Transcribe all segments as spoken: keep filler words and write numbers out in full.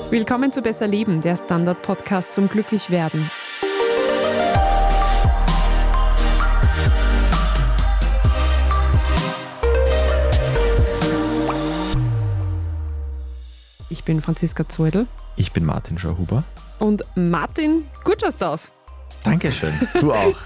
Willkommen zu Besser Leben, der Standard-Podcast zum Glücklichwerden. Ich bin Franziska Zoidl. Ich bin Martin Schauhuber. Und Martin, gut schaust du aus. Dankeschön, du auch.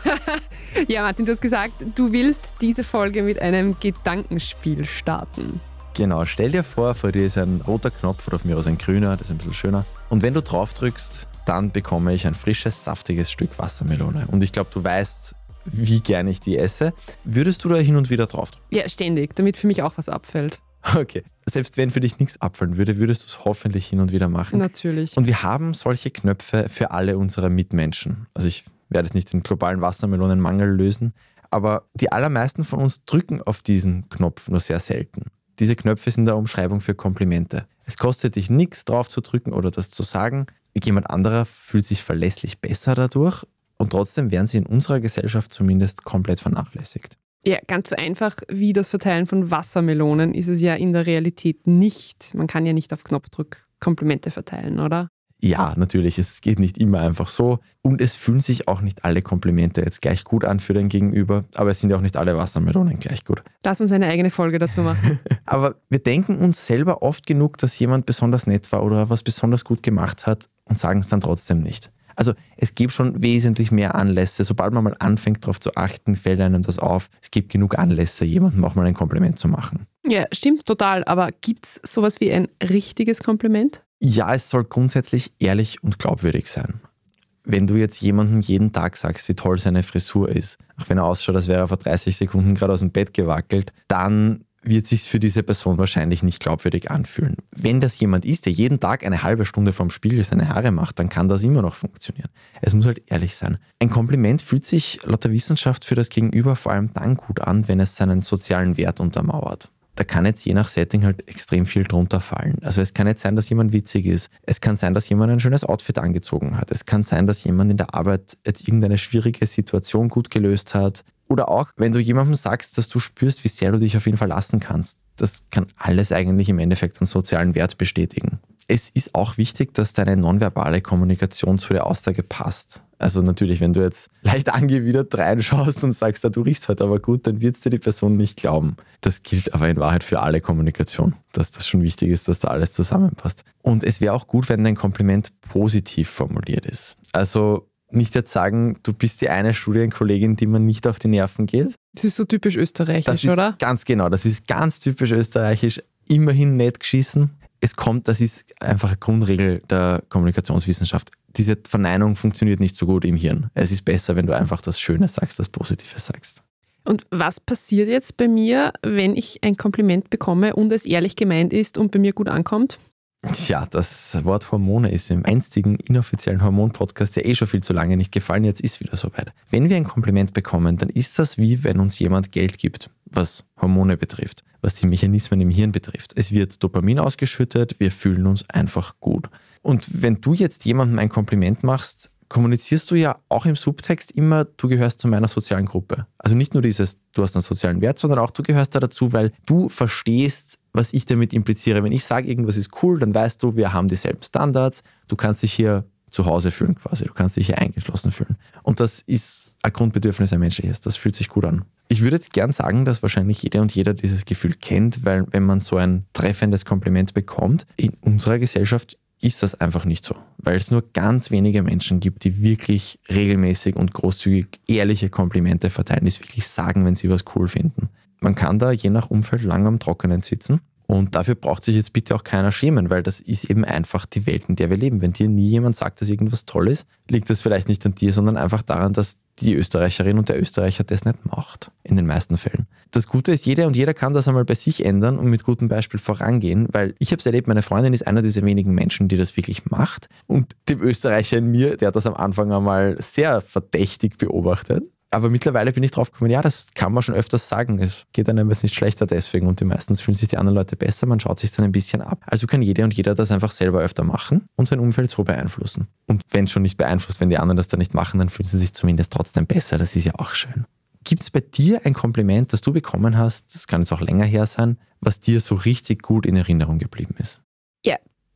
Ja, Martin, du hast gesagt, du willst diese Folge mit einem Gedankenspiel starten. Genau, stell dir vor, vor dir ist ein roter Knopf oder auf mir aus ein grüner, das ist ein bisschen schöner. Und wenn du drauf drückst, dann bekomme ich ein frisches, saftiges Stück Wassermelone. Und ich glaube, du weißt, wie gerne ich die esse. Würdest du da hin und wieder drauf drücken? Ja, ständig, damit für mich auch was abfällt. Okay, selbst wenn für dich nichts abfallen würde, würdest du es hoffentlich hin und wieder machen. Natürlich. Und wir haben solche Knöpfe für alle unsere Mitmenschen. Also ich werde jetzt nicht den globalen Wassermelonenmangel lösen, aber die allermeisten von uns drücken auf diesen Knopf nur sehr selten. Diese Knöpfe sind eine Umschreibung für Komplimente. Es kostet dich nichts, drauf zu drücken oder das zu sagen. Jemand anderer fühlt sich verlässlich besser dadurch und trotzdem werden sie in unserer Gesellschaft zumindest komplett vernachlässigt. Ja, ganz so einfach wie das Verteilen von Wassermelonen ist es ja in der Realität nicht. Man kann ja nicht auf Knopfdruck Komplimente verteilen, oder? Ja, natürlich, es geht nicht immer einfach so und es fühlen sich auch nicht alle Komplimente jetzt gleich gut an für dein Gegenüber, aber es sind ja auch nicht alle Wassermelonen gleich gut. Lass uns eine eigene Folge dazu machen. Aber wir denken uns selber oft genug, dass jemand besonders nett war oder was besonders gut gemacht hat und sagen es dann trotzdem nicht. Also es gibt schon wesentlich mehr Anlässe, sobald man mal anfängt darauf zu achten, fällt einem das auf. Es gibt genug Anlässe, jemandem auch mal ein Kompliment zu machen. Ja, stimmt total, aber gibt es sowas wie ein richtiges Kompliment? Ja, es soll grundsätzlich ehrlich und glaubwürdig sein. Wenn du jetzt jemandem jeden Tag sagst, wie toll seine Frisur ist, auch wenn er ausschaut, als wäre er vor dreißig Sekunden gerade aus dem Bett gewackelt, dann wird es sich für diese Person wahrscheinlich nicht glaubwürdig anfühlen. Wenn das jemand ist, der jeden Tag eine halbe Stunde vorm Spiegel seine Haare macht, dann kann das immer noch funktionieren. Es muss halt ehrlich sein. Ein Kompliment fühlt sich laut der Wissenschaft für das Gegenüber vor allem dann gut an, wenn es seinen sozialen Wert untermauert. Da kann jetzt je nach Setting halt extrem viel drunter fallen. Also es kann jetzt sein, dass jemand witzig ist. Es kann sein, dass jemand ein schönes Outfit angezogen hat. Es kann sein, dass jemand in der Arbeit jetzt irgendeine schwierige Situation gut gelöst hat. Oder auch, wenn du jemandem sagst, dass du spürst, wie sehr du dich auf ihn verlassen kannst. Das kann alles eigentlich im Endeffekt einen sozialen Wert bestätigen. Es ist auch wichtig, dass deine nonverbale Kommunikation zu der Aussage passt. Also natürlich, wenn du jetzt leicht angewidert reinschaust und sagst, du riechst heute aber gut, dann wird es dir die Person nicht glauben. Das gilt aber in Wahrheit für alle Kommunikation, dass das schon wichtig ist, dass da alles zusammenpasst. Und es wäre auch gut, wenn dein Kompliment positiv formuliert ist. Also nicht jetzt sagen, du bist die eine Studienkollegin, die man nicht auf die Nerven geht. Das ist so typisch österreichisch, das ist oder? Ganz genau, das ist ganz typisch österreichisch. Immerhin nett geschissen. Es kommt, das ist einfach eine Grundregel der Kommunikationswissenschaft. Diese Verneinung funktioniert nicht so gut im Hirn. Es ist besser, wenn du einfach das Schöne sagst, das Positive sagst. Und was passiert jetzt bei mir, wenn ich ein Kompliment bekomme und es ehrlich gemeint ist und bei mir gut ankommt? Ja, das Wort Hormone ist im einstigen inoffiziellen Hormon-Podcast ja eh schon viel zu lange nicht gefallen, jetzt ist wieder soweit. Wenn wir ein Kompliment bekommen, dann ist das wie wenn uns jemand Geld gibt, was Hormone betrifft, was die Mechanismen im Hirn betrifft. Es wird Dopamin ausgeschüttet, wir fühlen uns einfach gut. Und wenn du jetzt jemandem ein Kompliment machst, kommunizierst du ja auch im Subtext immer, du gehörst zu meiner sozialen Gruppe. Also nicht nur dieses, du hast einen sozialen Wert, sondern auch du gehörst da dazu, weil du verstehst, was ich damit impliziere. Wenn ich sage, irgendwas ist cool, dann weißt du, wir haben dieselben Standards, du kannst dich hier zu Hause fühlen quasi, du kannst dich hier eingeschlossen fühlen. Und das ist ein Grundbedürfnis ein menschliches, das fühlt sich gut an. Ich würde jetzt gern sagen, dass wahrscheinlich jede und jeder dieses Gefühl kennt, weil wenn man so ein treffendes Kompliment bekommt, in unserer Gesellschaft ist das einfach nicht so, weil es nur ganz wenige Menschen gibt, die wirklich regelmäßig und großzügig ehrliche Komplimente verteilen, die es wirklich sagen, wenn sie was cool finden. Man kann da je nach Umfeld lang am Trockenen sitzen und dafür braucht sich jetzt bitte auch keiner schämen, weil das ist eben einfach die Welt, in der wir leben. Wenn dir nie jemand sagt, dass irgendwas toll ist, liegt das vielleicht nicht an dir, sondern einfach daran, dass die Österreicherin und der Österreicher das nicht macht, in den meisten Fällen. Das Gute ist, jeder und jeder kann das einmal bei sich ändern und mit gutem Beispiel vorangehen, weil ich habe es erlebt, meine Freundin ist einer dieser wenigen Menschen, die das wirklich macht und dem Österreicher in mir, der hat das am Anfang einmal sehr verdächtig beobachtet. Aber mittlerweile bin ich drauf gekommen, ja, das kann man schon öfters sagen. Es geht einem jetzt nicht schlechter deswegen und die meistens fühlen sich die anderen Leute besser, man schaut sich dann ein bisschen ab. Also kann jede und jeder das einfach selber öfter machen und sein Umfeld so beeinflussen. Und wenn schon nicht beeinflusst, wenn die anderen das dann nicht machen, dann fühlen sie sich zumindest trotzdem besser. Das ist ja auch schön. Gibt es bei dir ein Kompliment, das du bekommen hast, das kann jetzt auch länger her sein, was dir so richtig gut in Erinnerung geblieben ist? Ja,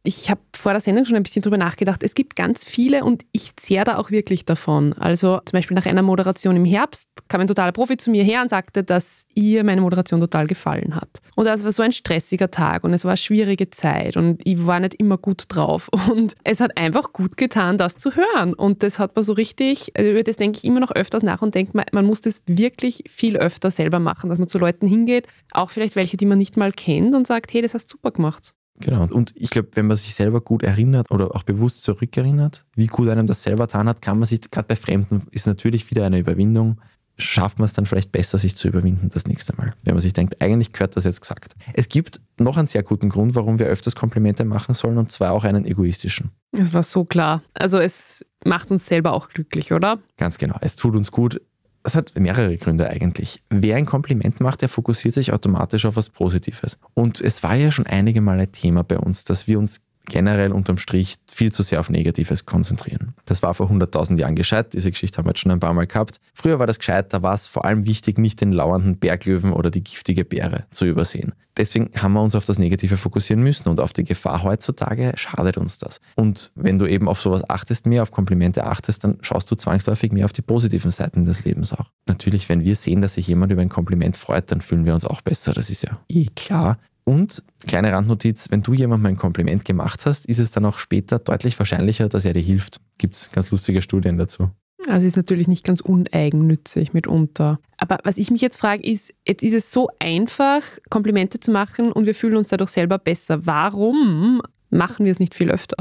Ich habe vor der Sendung schon ein bisschen drüber nachgedacht. Es gibt ganz viele und ich zehre da auch wirklich davon. Also zum Beispiel nach einer Moderation im Herbst kam ein totaler Profi zu mir her und sagte, dass ihr meine Moderation total gefallen hat. Und das war so ein stressiger Tag und es war eine schwierige Zeit und ich war nicht immer gut drauf. Und es hat einfach gut getan, das zu hören. Und das hat man so richtig, über das denke ich immer noch öfters nach und denke, man, man muss das wirklich viel öfter selber machen, dass man zu Leuten hingeht, auch vielleicht welche, die man nicht mal kennt und sagt, hey, das hast du super gemacht. Genau. Und ich glaube, wenn man sich selber gut erinnert oder auch bewusst zurückerinnert, wie gut einem das selber getan hat, kann man sich, gerade bei Fremden, ist natürlich wieder eine Überwindung, schafft man es dann vielleicht besser, sich zu überwinden das nächste Mal. Wenn man sich denkt, eigentlich gehört das jetzt gesagt. Es gibt noch einen sehr guten Grund, warum wir öfters Komplimente machen sollen, und zwar auch einen egoistischen. Es war so klar. Also es macht uns selber auch glücklich, oder? Ganz genau. Es tut uns gut. Es hat mehrere Gründe eigentlich. Wer ein Kompliment macht, der fokussiert sich automatisch auf was Positives. Und es war ja schon einige Mal ein Thema bei uns, dass wir uns generell unterm Strich viel zu sehr auf Negatives konzentrieren. Das war vor hunderttausend Jahren gescheit, diese Geschichte haben wir jetzt schon ein paar Mal gehabt. Früher war das gescheit, da war es vor allem wichtig, nicht den lauernden Berglöwen oder die giftige Beere zu übersehen. Deswegen haben wir uns auf das Negative fokussieren müssen und auf die Gefahr heutzutage schadet uns das. Und wenn du eben auf sowas achtest, mehr auf Komplimente achtest, dann schaust du zwangsläufig mehr auf die positiven Seiten des Lebens auch. Natürlich, wenn wir sehen, dass sich jemand über ein Kompliment freut, dann fühlen wir uns auch besser, das ist ja eh klar. Und, kleine Randnotiz, wenn du jemandem ein Kompliment gemacht hast, ist es dann auch später deutlich wahrscheinlicher, dass er dir hilft. Gibt es ganz lustige Studien dazu. Also ist natürlich nicht ganz uneigennützig mitunter. Aber was ich mich jetzt frage ist, jetzt ist es so einfach, Komplimente zu machen und wir fühlen uns dadurch selber besser. Warum machen wir es nicht viel öfter?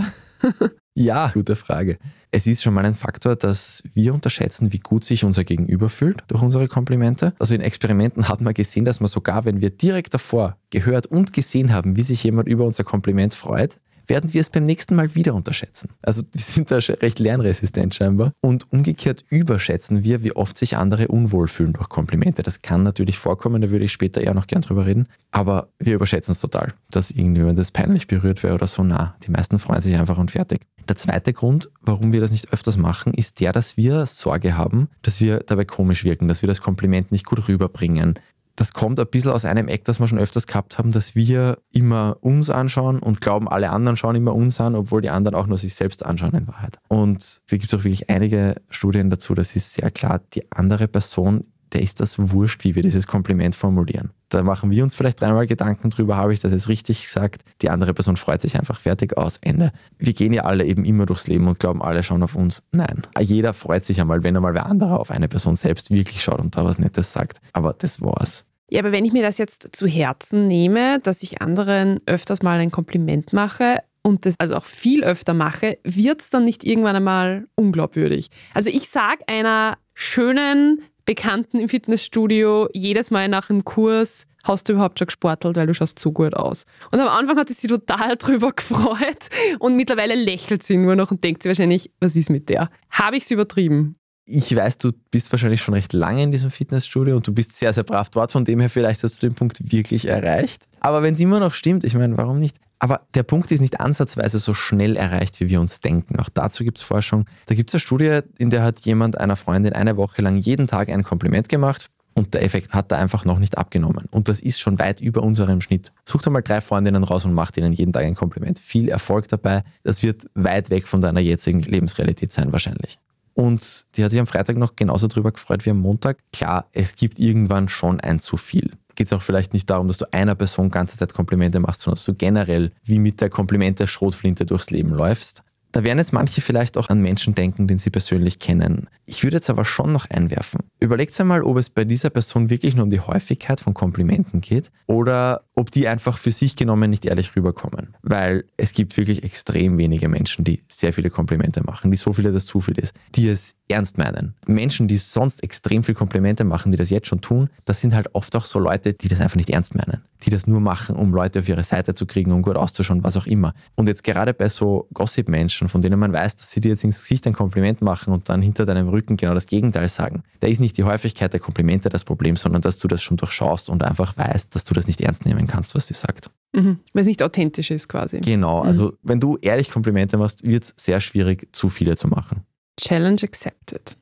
Ja, gute Frage. Es ist schon mal ein Faktor, dass wir unterschätzen, wie gut sich unser Gegenüber fühlt durch unsere Komplimente. Also in Experimenten hat man gesehen, dass man sogar, wenn wir direkt davor gehört und gesehen haben, wie sich jemand über unser Kompliment freut, werden wir es beim nächsten Mal wieder unterschätzen. Also wir sind da recht lernresistent scheinbar. Und umgekehrt überschätzen wir, wie oft sich andere unwohl fühlen durch Komplimente. Das kann natürlich vorkommen, da würde ich später eher noch gern drüber reden. Aber wir überschätzen es total, dass irgendjemand das peinlich berührt wäre oder so nah. Die meisten freuen sich einfach und fertig. Der zweite Grund, warum wir das nicht öfters machen, ist der, dass wir Sorge haben, dass wir dabei komisch wirken, dass wir das Kompliment nicht gut rüberbringen. Das kommt ein bisschen aus einem Eck, das wir schon öfters gehabt haben, dass wir immer uns anschauen und glauben, alle anderen schauen immer uns an, obwohl die anderen auch nur sich selbst anschauen in Wahrheit. Und da gibt es auch wirklich einige Studien dazu, das ist sehr klar, die andere Person, der ist das wurscht, wie wir dieses Kompliment formulieren. Da machen wir uns vielleicht dreimal Gedanken drüber, habe ich das jetzt richtig gesagt? Die andere Person freut sich einfach, fertig, aus, Ende. Wir gehen ja alle eben immer durchs Leben und glauben, alle schauen auf uns. Nein, jeder freut sich einmal, wenn einmal wer anderer auf eine Person selbst wirklich schaut und da was Nettes sagt. Aber das war's. Ja, aber wenn ich mir das jetzt zu Herzen nehme, dass ich anderen öfters mal ein Kompliment mache und das also auch viel öfter mache, wird es dann nicht irgendwann einmal unglaubwürdig? Also ich sage einer schönen Bekannten im Fitnessstudio jedes Mal nach dem Kurs, hast du überhaupt schon gesportelt, weil du schaust so gut aus. Und am Anfang hat sie sich total drüber gefreut und mittlerweile lächelt sie nur noch und denkt sie wahrscheinlich, was ist mit der? Habe ich es übertrieben? Ich weiß, du bist wahrscheinlich schon recht lange in diesem Fitnessstudio und du bist sehr, sehr brav dort. Von dem her vielleicht hast du den Punkt wirklich erreicht. Aber wenn es immer noch stimmt, ich meine, warum nicht? Aber der Punkt ist nicht ansatzweise so schnell erreicht, wie wir uns denken. Auch dazu gibt es Forschung. Da gibt es eine Studie, in der hat jemand einer Freundin eine Woche lang jeden Tag ein Kompliment gemacht und der Effekt hat da einfach noch nicht abgenommen. Und das ist schon weit über unserem Schnitt. Sucht einmal drei Freundinnen raus und macht ihnen jeden Tag ein Kompliment. Viel Erfolg dabei. Das wird weit weg von deiner jetzigen Lebensrealität sein wahrscheinlich. Und die hat sich am Freitag noch genauso drüber gefreut wie am Montag. Klar, es gibt irgendwann schon ein zu viel. Geht es auch vielleicht nicht darum, dass du einer Person ganze Zeit Komplimente machst, sondern dass du generell wie mit der Komplimente-Schrotflinte durchs Leben läufst. Da werden jetzt manche vielleicht auch an Menschen denken, den sie persönlich kennen. Ich würde jetzt aber schon noch einwerfen. Überlegt einmal, ob es bei dieser Person wirklich nur um die Häufigkeit von Komplimenten geht oder ob die einfach für sich genommen nicht ehrlich rüberkommen. Weil es gibt wirklich extrem wenige Menschen, die sehr viele Komplimente machen, die so viele, dass zu viel ist, die es ernst meinen. Menschen, die sonst extrem viel Komplimente machen, die das jetzt schon tun, das sind halt oft auch so Leute, die das einfach nicht ernst meinen. Die das nur machen, um Leute auf ihre Seite zu kriegen, um gut auszuschauen, was auch immer. Und jetzt gerade bei so Gossip-Menschen, von denen man weiß, dass sie dir jetzt ins Gesicht ein Kompliment machen und dann hinter deinem Rücken genau das Gegenteil sagen, da ist nicht die Häufigkeit der Komplimente das Problem, sondern dass du das schon durchschaust und einfach weißt, dass du das nicht ernst nehmen kannst, was sie sagt. Mhm, weil es nicht authentisch ist quasi. Genau, mhm. Also wenn du ehrlich Komplimente machst, wird es sehr schwierig, zu viele zu machen. Challenge accepted.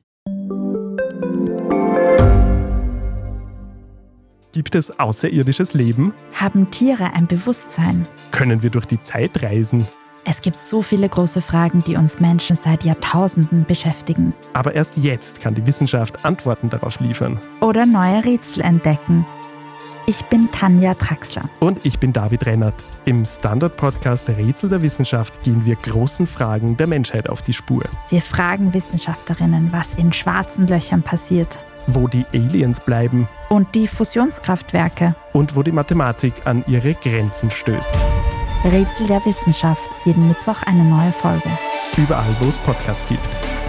Gibt es außerirdisches Leben? Haben Tiere ein Bewusstsein? Können wir durch die Zeit reisen? Es gibt so viele große Fragen, die uns Menschen seit Jahrtausenden beschäftigen. Aber erst jetzt kann die Wissenschaft Antworten darauf liefern. Oder neue Rätsel entdecken. Ich bin Tanja Traxler. Und ich bin David Rennert. Im Standard-Podcast Rätsel der Wissenschaft gehen wir großen Fragen der Menschheit auf die Spur. Wir fragen Wissenschaftlerinnen, was in schwarzen Löchern passiert. Wo die Aliens bleiben. Und die Fusionskraftwerke. Und wo die Mathematik an ihre Grenzen stößt. Rätsel der Wissenschaft. Jeden Mittwoch eine neue Folge. Überall, wo es Podcasts gibt.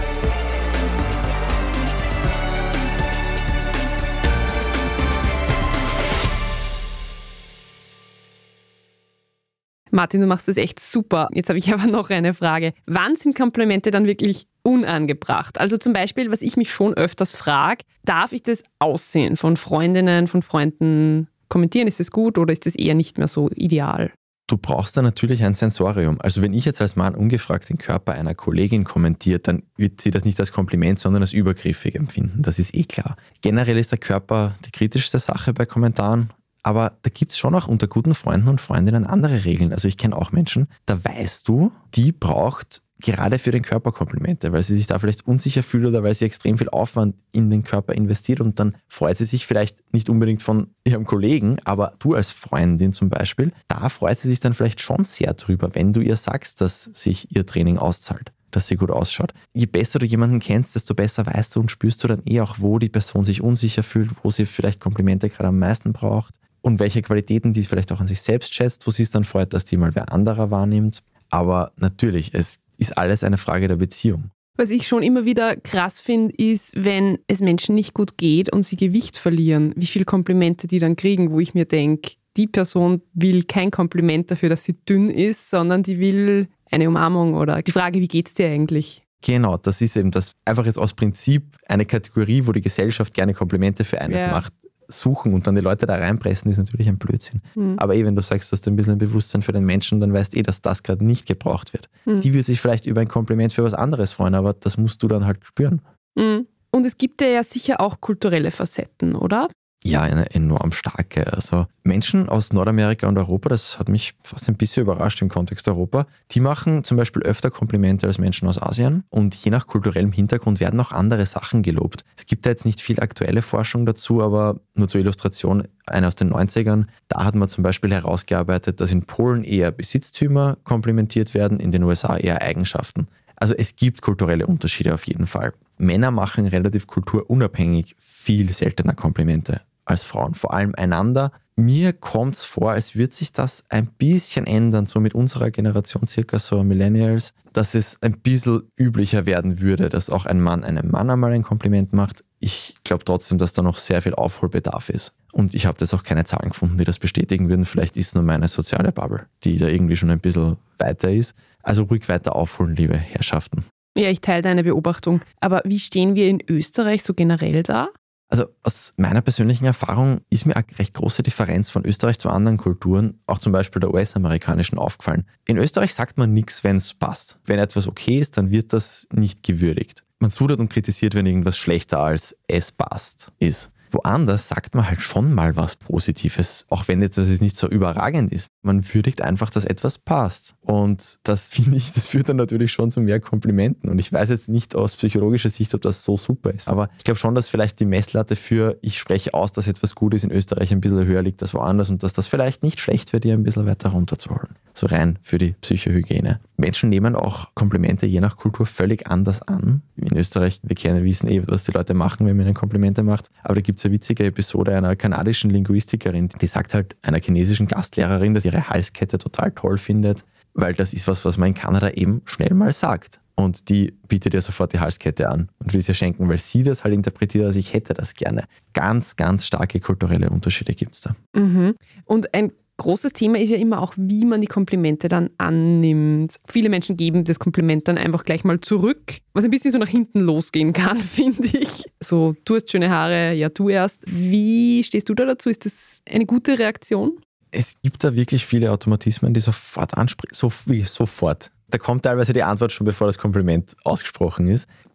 Martin, du machst das echt super. Jetzt habe ich aber noch eine Frage. Wann sind Komplimente dann wirklich unangebracht? Also zum Beispiel, was ich mich schon öfters frage, darf ich das Aussehen von Freundinnen, von Freunden kommentieren? Ist das gut oder ist das eher nicht mehr so ideal? Du brauchst da natürlich ein Sensorium. Also wenn ich jetzt als Mann ungefragt den Körper einer Kollegin kommentiere, dann wird sie das nicht als Kompliment, sondern als übergriffig empfinden. Das ist eh klar. Generell ist der Körper die kritischste Sache bei Kommentaren. Aber da gibt es schon auch unter guten Freunden und Freundinnen andere Regeln. Also ich kenne auch Menschen, da weißt du, die braucht gerade für den Körper Komplimente, weil sie sich da vielleicht unsicher fühlt oder weil sie extrem viel Aufwand in den Körper investiert und dann freut sie sich vielleicht nicht unbedingt von ihrem Kollegen, aber du als Freundin zum Beispiel, da freut sie sich dann vielleicht schon sehr drüber, wenn du ihr sagst, dass sich ihr Training auszahlt, dass sie gut ausschaut. Je besser du jemanden kennst, desto besser weißt du und spürst du dann eh auch, wo die Person sich unsicher fühlt, wo sie vielleicht Komplimente gerade am meisten braucht und welche Qualitäten die vielleicht auch an sich selbst schätzt, wo sie es dann freut, dass die mal wer anderer wahrnimmt. Aber natürlich, es ist alles eine Frage der Beziehung. Was ich schon immer wieder krass finde, ist, wenn es Menschen nicht gut geht und sie Gewicht verlieren, wie viele Komplimente die dann kriegen, wo ich mir denke, die Person will kein Kompliment dafür, dass sie dünn ist, sondern die will eine Umarmung oder die Frage, wie geht's dir eigentlich? Genau, das ist eben das einfach jetzt aus Prinzip eine Kategorie, wo die Gesellschaft gerne Komplimente für eines ja. macht. Suchen und dann die Leute da reinpressen, ist natürlich ein Blödsinn. Mhm. Aber eh, wenn du sagst, du hast ein bisschen ein Bewusstsein für den Menschen, dann weißt eh, dass das gerade nicht gebraucht wird. Mhm. Die will sich vielleicht über ein Kompliment für was anderes freuen, aber das musst du dann halt spüren. Mhm. Und es gibt ja sicher auch kulturelle Facetten, oder? Ja, eine enorm starke. Also Menschen aus Nordamerika und Europa, das hat mich fast ein bisschen überrascht im Kontext Europa, die machen zum Beispiel öfter Komplimente als Menschen aus Asien und je nach kulturellem Hintergrund werden auch andere Sachen gelobt. Es gibt da jetzt nicht viel aktuelle Forschung dazu, aber nur zur Illustration, eine aus den neunzigern, da hat man zum Beispiel herausgearbeitet, dass in Polen eher Besitztümer komplimentiert werden, in den U S A eher Eigenschaften. Also es gibt kulturelle Unterschiede auf jeden Fall. Männer machen relativ kulturunabhängig viel seltener Komplimente als Frauen, vor allem einander. Mir kommt es vor, als würde sich das ein bisschen ändern, so mit unserer Generation, circa so Millennials, dass es ein bisschen üblicher werden würde, dass auch ein Mann einem Mann einmal ein Kompliment macht. Ich glaube trotzdem, dass da noch sehr viel Aufholbedarf ist. Und ich habe jetzt auch keine Zahlen gefunden, die das bestätigen würden. Vielleicht ist nur meine soziale Bubble, die da irgendwie schon ein bisschen weiter ist. Also ruhig weiter aufholen, liebe Herrschaften. Ja, ich teile deine Beobachtung. Aber wie stehen wir in Österreich so generell da? Also aus meiner persönlichen Erfahrung ist mir eine recht große Differenz von Österreich zu anderen Kulturen, auch zum Beispiel der U S-amerikanischen, aufgefallen. In Österreich sagt man nichts, wenn es passt. Wenn etwas okay ist, dann wird das nicht gewürdigt. Man sudert und kritisiert, wenn irgendwas schlechter als es passt ist. Woanders sagt man halt schon mal was Positives, auch wenn jetzt das nicht so überragend ist. Man würdigt einfach, dass etwas passt. Und das finde ich, das führt dann natürlich schon zu mehr Komplimenten. Und ich weiß jetzt nicht aus psychologischer Sicht, ob das so super ist. Aber ich glaube schon, dass vielleicht die Messlatte für ich spreche aus, dass etwas gut ist, in Österreich ein bisschen höher liegt als woanders und dass das vielleicht nicht schlecht wäre, die ein bisschen weiter runterzuholen. So rein für die Psychohygiene. Menschen nehmen auch Komplimente je nach Kultur völlig anders an. In Österreich, wir kennen, wissen eh, was die Leute machen, wenn man ihnen Komplimente macht. Aber da gibt es eine witzige Episode einer kanadischen Linguistikerin, die sagt halt einer chinesischen Gastlehrerin, dass ihre Halskette total toll findet, weil das ist was, was man in Kanada eben schnell mal sagt. Und die bietet ihr sofort die Halskette an und will sie schenken, weil sie das halt interpretiert, als ich hätte das gerne. Ganz, ganz starke kulturelle Unterschiede gibt es da. Mhm. Und ein großes Thema ist ja immer auch, wie man die Komplimente dann annimmt. Viele Menschen geben das Kompliment dann einfach gleich mal zurück, was ein bisschen so nach hinten losgehen kann, finde ich. So, du hast schöne Haare, ja du erst. Wie stehst du da dazu? Ist das eine gute Reaktion? Es gibt da wirklich viele Automatismen, die sofort ansprechen, so wie sofort. Da kommt teilweise die Antwort schon, bevor das Kompliment ausgesprochen ist. Das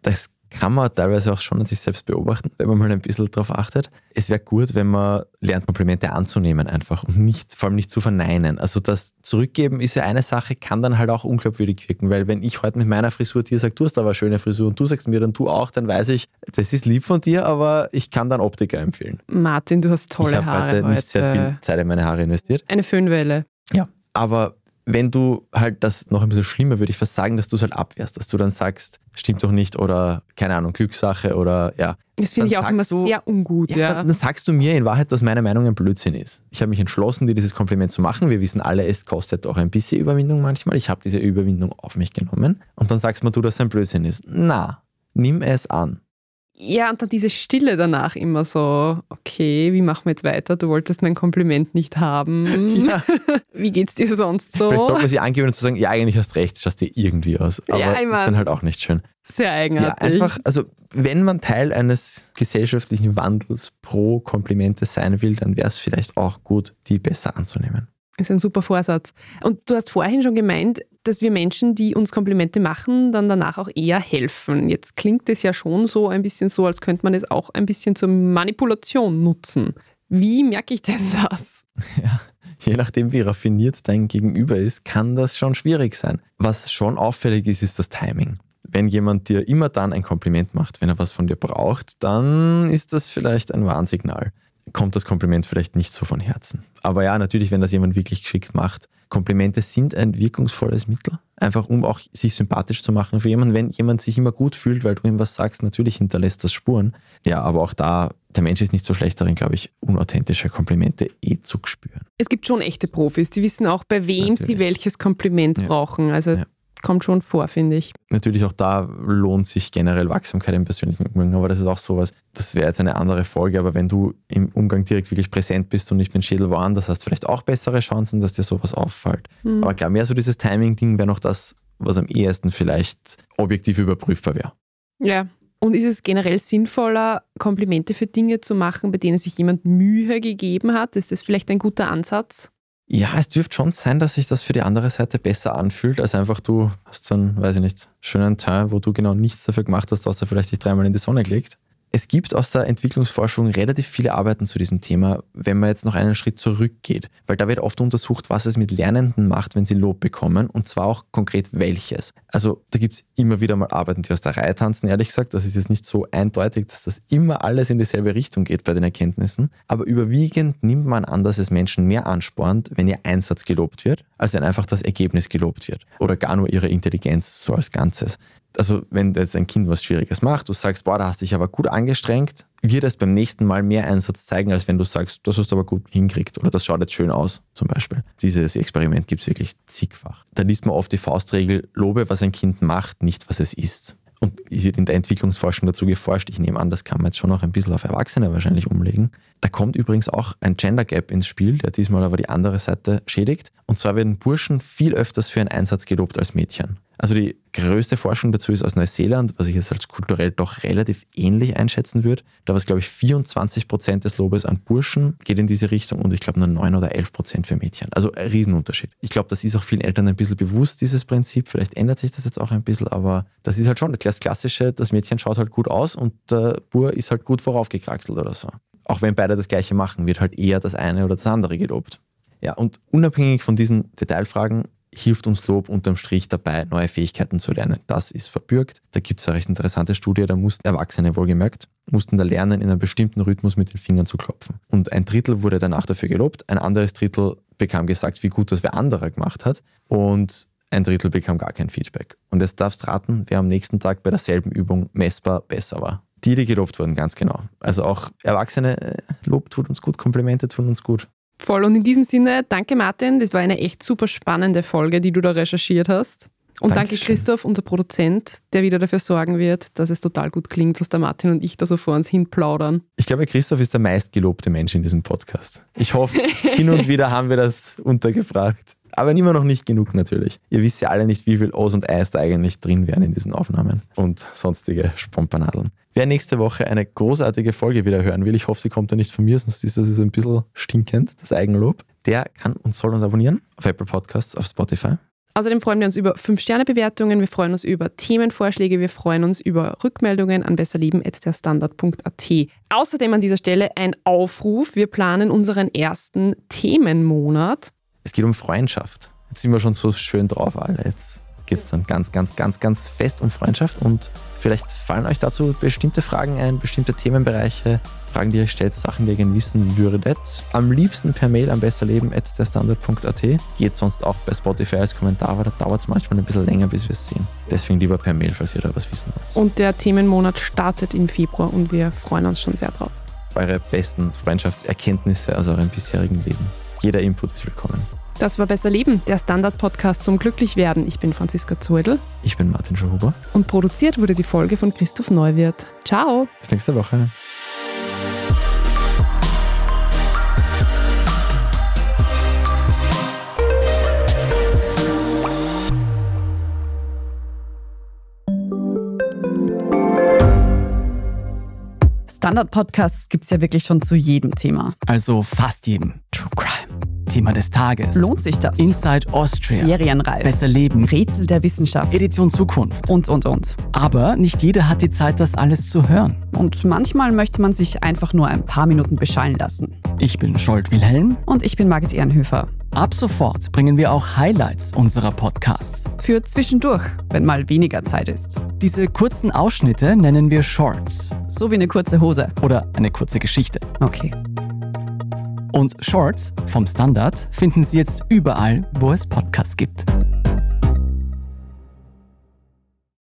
kann man teilweise auch schon an sich selbst beobachten, wenn man mal ein bisschen drauf achtet. Es wäre gut, wenn man lernt, Komplimente anzunehmen einfach und nicht, vor allem nicht zu verneinen. Also das Zurückgeben ist ja eine Sache, kann dann halt auch unglaubwürdig wirken, weil wenn ich heute mit meiner Frisur dir sage, du hast aber eine schöne Frisur und du sagst mir dann du auch, dann weiß ich, das ist lieb von dir, aber ich kann dann Optiker empfehlen. Martin, du hast tolle ich Haare heute. Ich habe nicht sehr viel Zeit in meine Haare investiert. Eine Föhnwelle. Ja, aber wenn du halt das noch ein bisschen schlimmer, würde ich fast sagen, dass du es halt abwehrst, dass du dann sagst, stimmt doch nicht oder keine Ahnung, Glückssache oder ja. Das finde ich auch immer du, sehr ungut. Ja, ja. Dann, dann sagst du mir in Wahrheit, dass meine Meinung ein Blödsinn ist. Ich habe mich entschlossen, dir dieses Kompliment zu machen. Wir wissen alle, es kostet auch ein bisschen Überwindung manchmal. Ich habe diese Überwindung auf mich genommen und dann sagst mir du, dass es ein Blödsinn ist. Na, nimm es an. Ja, und dann diese Stille danach immer so, okay, wie machen wir jetzt weiter? Du wolltest mein Kompliment nicht haben. Ja. Wie geht's dir sonst so? Vielleicht sollte man sich angewöhnen zu sagen, ja, eigentlich hast recht, schaust dir irgendwie aus. Aber ja, ist dann halt auch nicht schön. Sehr eigenartig. Ja, einfach, also wenn man Teil eines gesellschaftlichen Wandels pro Komplimente sein will, dann wäre es vielleicht auch gut, die besser anzunehmen. Das ist ein super Vorsatz. Und du hast vorhin schon gemeint, dass wir Menschen, die uns Komplimente machen, dann danach auch eher helfen. Jetzt klingt es ja schon so ein bisschen so, als könnte man es auch ein bisschen zur Manipulation nutzen. Wie merke ich denn das? Ja, je nachdem, wie raffiniert dein Gegenüber ist, kann das schon schwierig sein. Was schon auffällig ist, ist das Timing. Wenn jemand dir immer dann ein Kompliment macht, wenn er was von dir braucht, dann ist das vielleicht ein Warnsignal. Kommt das Kompliment vielleicht nicht so von Herzen. Aber ja, natürlich, wenn das jemand wirklich geschickt macht. Komplimente sind ein wirkungsvolles Mittel, einfach um auch sich sympathisch zu machen für jemanden. Wenn jemand sich immer gut fühlt, weil du ihm was sagst, natürlich hinterlässt das Spuren. Ja, aber auch da, der Mensch ist nicht so schlecht darin, glaube ich, unauthentische Komplimente eh zu spüren. Es gibt schon echte Profis, die wissen auch, bei wem natürlich sie welches Kompliment ja. brauchen. Also ja. Kommt schon vor, finde ich. Natürlich auch da lohnt sich generell Wachsamkeit im persönlichen Umgang, aber das ist auch sowas, das wäre jetzt eine andere Folge, aber wenn du im Umgang direkt wirklich präsent bist und nicht mit dem Schädel woanders hast, vielleicht auch bessere Chancen, dass dir sowas auffällt. Mhm. Aber klar, mehr so dieses Timing-Ding wäre noch das, was am ehesten vielleicht objektiv überprüfbar wäre. Ja. Und ist es generell sinnvoller, Komplimente für Dinge zu machen, bei denen sich jemand Mühe gegeben hat? Ist das vielleicht ein guter Ansatz? Ja, es dürfte schon sein, dass sich das für die andere Seite besser anfühlt, als einfach du hast so einen, weiß ich nicht, schönen Teil, wo du genau nichts dafür gemacht hast, außer vielleicht dich dreimal in die Sonne gelegt. Es gibt aus der Entwicklungsforschung relativ viele Arbeiten zu diesem Thema, wenn man jetzt noch einen Schritt zurückgeht, weil da wird oft untersucht, was es mit Lernenden macht, wenn sie Lob bekommen und zwar auch konkret welches. Also da gibt es immer wieder mal Arbeiten, die aus der Reihe tanzen, ehrlich gesagt, das ist jetzt nicht so eindeutig, dass das immer alles in dieselbe Richtung geht bei den Erkenntnissen, aber überwiegend nimmt man an, dass es Menschen mehr anspornt, wenn ihr Einsatz gelobt wird, als wenn einfach das Ergebnis gelobt wird oder gar nur ihre Intelligenz so als Ganzes. Also wenn jetzt ein Kind was Schwieriges macht, du sagst, boah, da hast du dich aber gut angestrengt, wird es beim nächsten Mal mehr Einsatz zeigen, als wenn du sagst, das hast du aber gut hingekriegt oder das schaut jetzt schön aus, zum Beispiel. Dieses Experiment gibt es wirklich zigfach. Da liest man oft die Faustregel, lobe, was ein Kind macht, nicht, was es ist. Und es wird in der Entwicklungsforschung dazu geforscht. Ich nehme an, das kann man jetzt schon noch ein bisschen auf Erwachsene wahrscheinlich umlegen. Da kommt übrigens auch ein Gender Gap ins Spiel, der diesmal aber die andere Seite schädigt. Und zwar werden Burschen viel öfters für einen Einsatz gelobt als Mädchen. Also die größte Forschung dazu ist aus Neuseeland, was ich jetzt als kulturell doch relativ ähnlich einschätzen würde. Da war es, glaube ich, vierundzwanzig Prozent des Lobes an Burschen geht in diese Richtung und ich glaube nur neun oder elf Prozent für Mädchen. Also ein Riesenunterschied. Ich glaube, das ist auch vielen Eltern ein bisschen bewusst, dieses Prinzip. Vielleicht ändert sich das jetzt auch ein bisschen, aber das ist halt schon das Klassische, das Mädchen schaut halt gut aus und der Bur ist halt gut voraufgekraxelt oder so. Auch wenn beide das Gleiche machen, wird halt eher das eine oder das andere gelobt. Ja, und unabhängig von diesen Detailfragen hilft uns Lob unterm Strich dabei, neue Fähigkeiten zu lernen. Das ist verbürgt. Da gibt es eine recht interessante Studie, da mussten Erwachsene wohlgemerkt, mussten da lernen, in einem bestimmten Rhythmus mit den Fingern zu klopfen. Und ein Drittel wurde danach dafür gelobt, ein anderes Drittel bekam gesagt, wie gut das wer anderer gemacht hat und ein Drittel bekam gar kein Feedback. Und jetzt darfst raten, wer am nächsten Tag bei derselben Übung messbar besser war. Die, die gelobt wurden, ganz genau. Also auch Erwachsene, Lob tut uns gut, Komplimente tun uns gut. Voll. Und in diesem Sinne, danke Martin, das war eine echt super spannende Folge, die du da recherchiert hast. Und Dankeschön. Danke Christoph, unser Produzent, der wieder dafür sorgen wird, dass es total gut klingt, was der Martin und ich da so vor uns hin plaudern. Ich glaube, Christoph ist der meistgelobte Mensch in diesem Podcast. Ich hoffe, hin und wieder haben wir das untergebracht. Aber immer noch nicht genug natürlich. Ihr wisst ja alle nicht, wie viel Os und Eis da eigentlich drin wären in diesen Aufnahmen und sonstige Spompanadeln. Wer nächste Woche eine großartige Folge wieder hören will, ich hoffe, sie kommt ja nicht von mir, sonst ist das ein bisschen stinkend, das Eigenlob, der kann und soll uns abonnieren auf Apple Podcasts, auf Spotify. Außerdem freuen wir uns über fünf Sterne Bewertungen, wir freuen uns über Themenvorschläge, wir freuen uns über Rückmeldungen an besserleben at der standard punkt a t. Außerdem an dieser Stelle ein Aufruf. Wir planen unseren ersten Themenmonat. Es geht um Freundschaft. Jetzt sind wir schon so schön drauf alle. Jetzt geht es dann ganz, ganz, ganz, ganz fest um Freundschaft und vielleicht fallen euch dazu bestimmte Fragen ein, bestimmte Themenbereiche, Fragen, die ihr stellt, Sachen, die ihr gerne wissen würdet. Am liebsten per Mail am besserleben at der standard punkt a t. Geht sonst auch bei Spotify als Kommentar, aber da dauert es manchmal ein bisschen länger, bis wir es sehen. Deswegen lieber per Mail, falls ihr da was wissen wollt. Und der Themenmonat startet im Februar und wir freuen uns schon sehr drauf. Eure besten Freundschaftserkenntnisse aus eurem bisherigen Leben. Jeder Input ist willkommen. Das war Besser Leben, der Standard-Podcast zum Glücklichwerden. Ich bin Franziska Zoedl. Ich bin Martin Schauhuber. Und produziert wurde die Folge von Christoph Neuwirth. Ciao. Bis nächste Woche. Standard-Podcasts gibt es ja wirklich schon zu jedem Thema. Also fast jedem. True Crime. Thema des Tages. Lohnt sich das? Inside Austria. Serienreif. Besser Leben. Rätsel der Wissenschaft. Edition Zukunft. Und, und, und. Aber nicht jeder hat die Zeit, das alles zu hören. Und manchmal möchte man sich einfach nur ein paar Minuten beschallen lassen. Ich bin Scholt Wilhelm. Und ich bin Margit Ehrenhöfer. Ab sofort bringen wir auch Highlights unserer Podcasts. Für zwischendurch, wenn mal weniger Zeit ist. Diese kurzen Ausschnitte nennen wir Shorts. So wie eine kurze Hose. Oder eine kurze Geschichte. Okay. Und Shorts vom Standard finden Sie jetzt überall, wo es Podcasts gibt.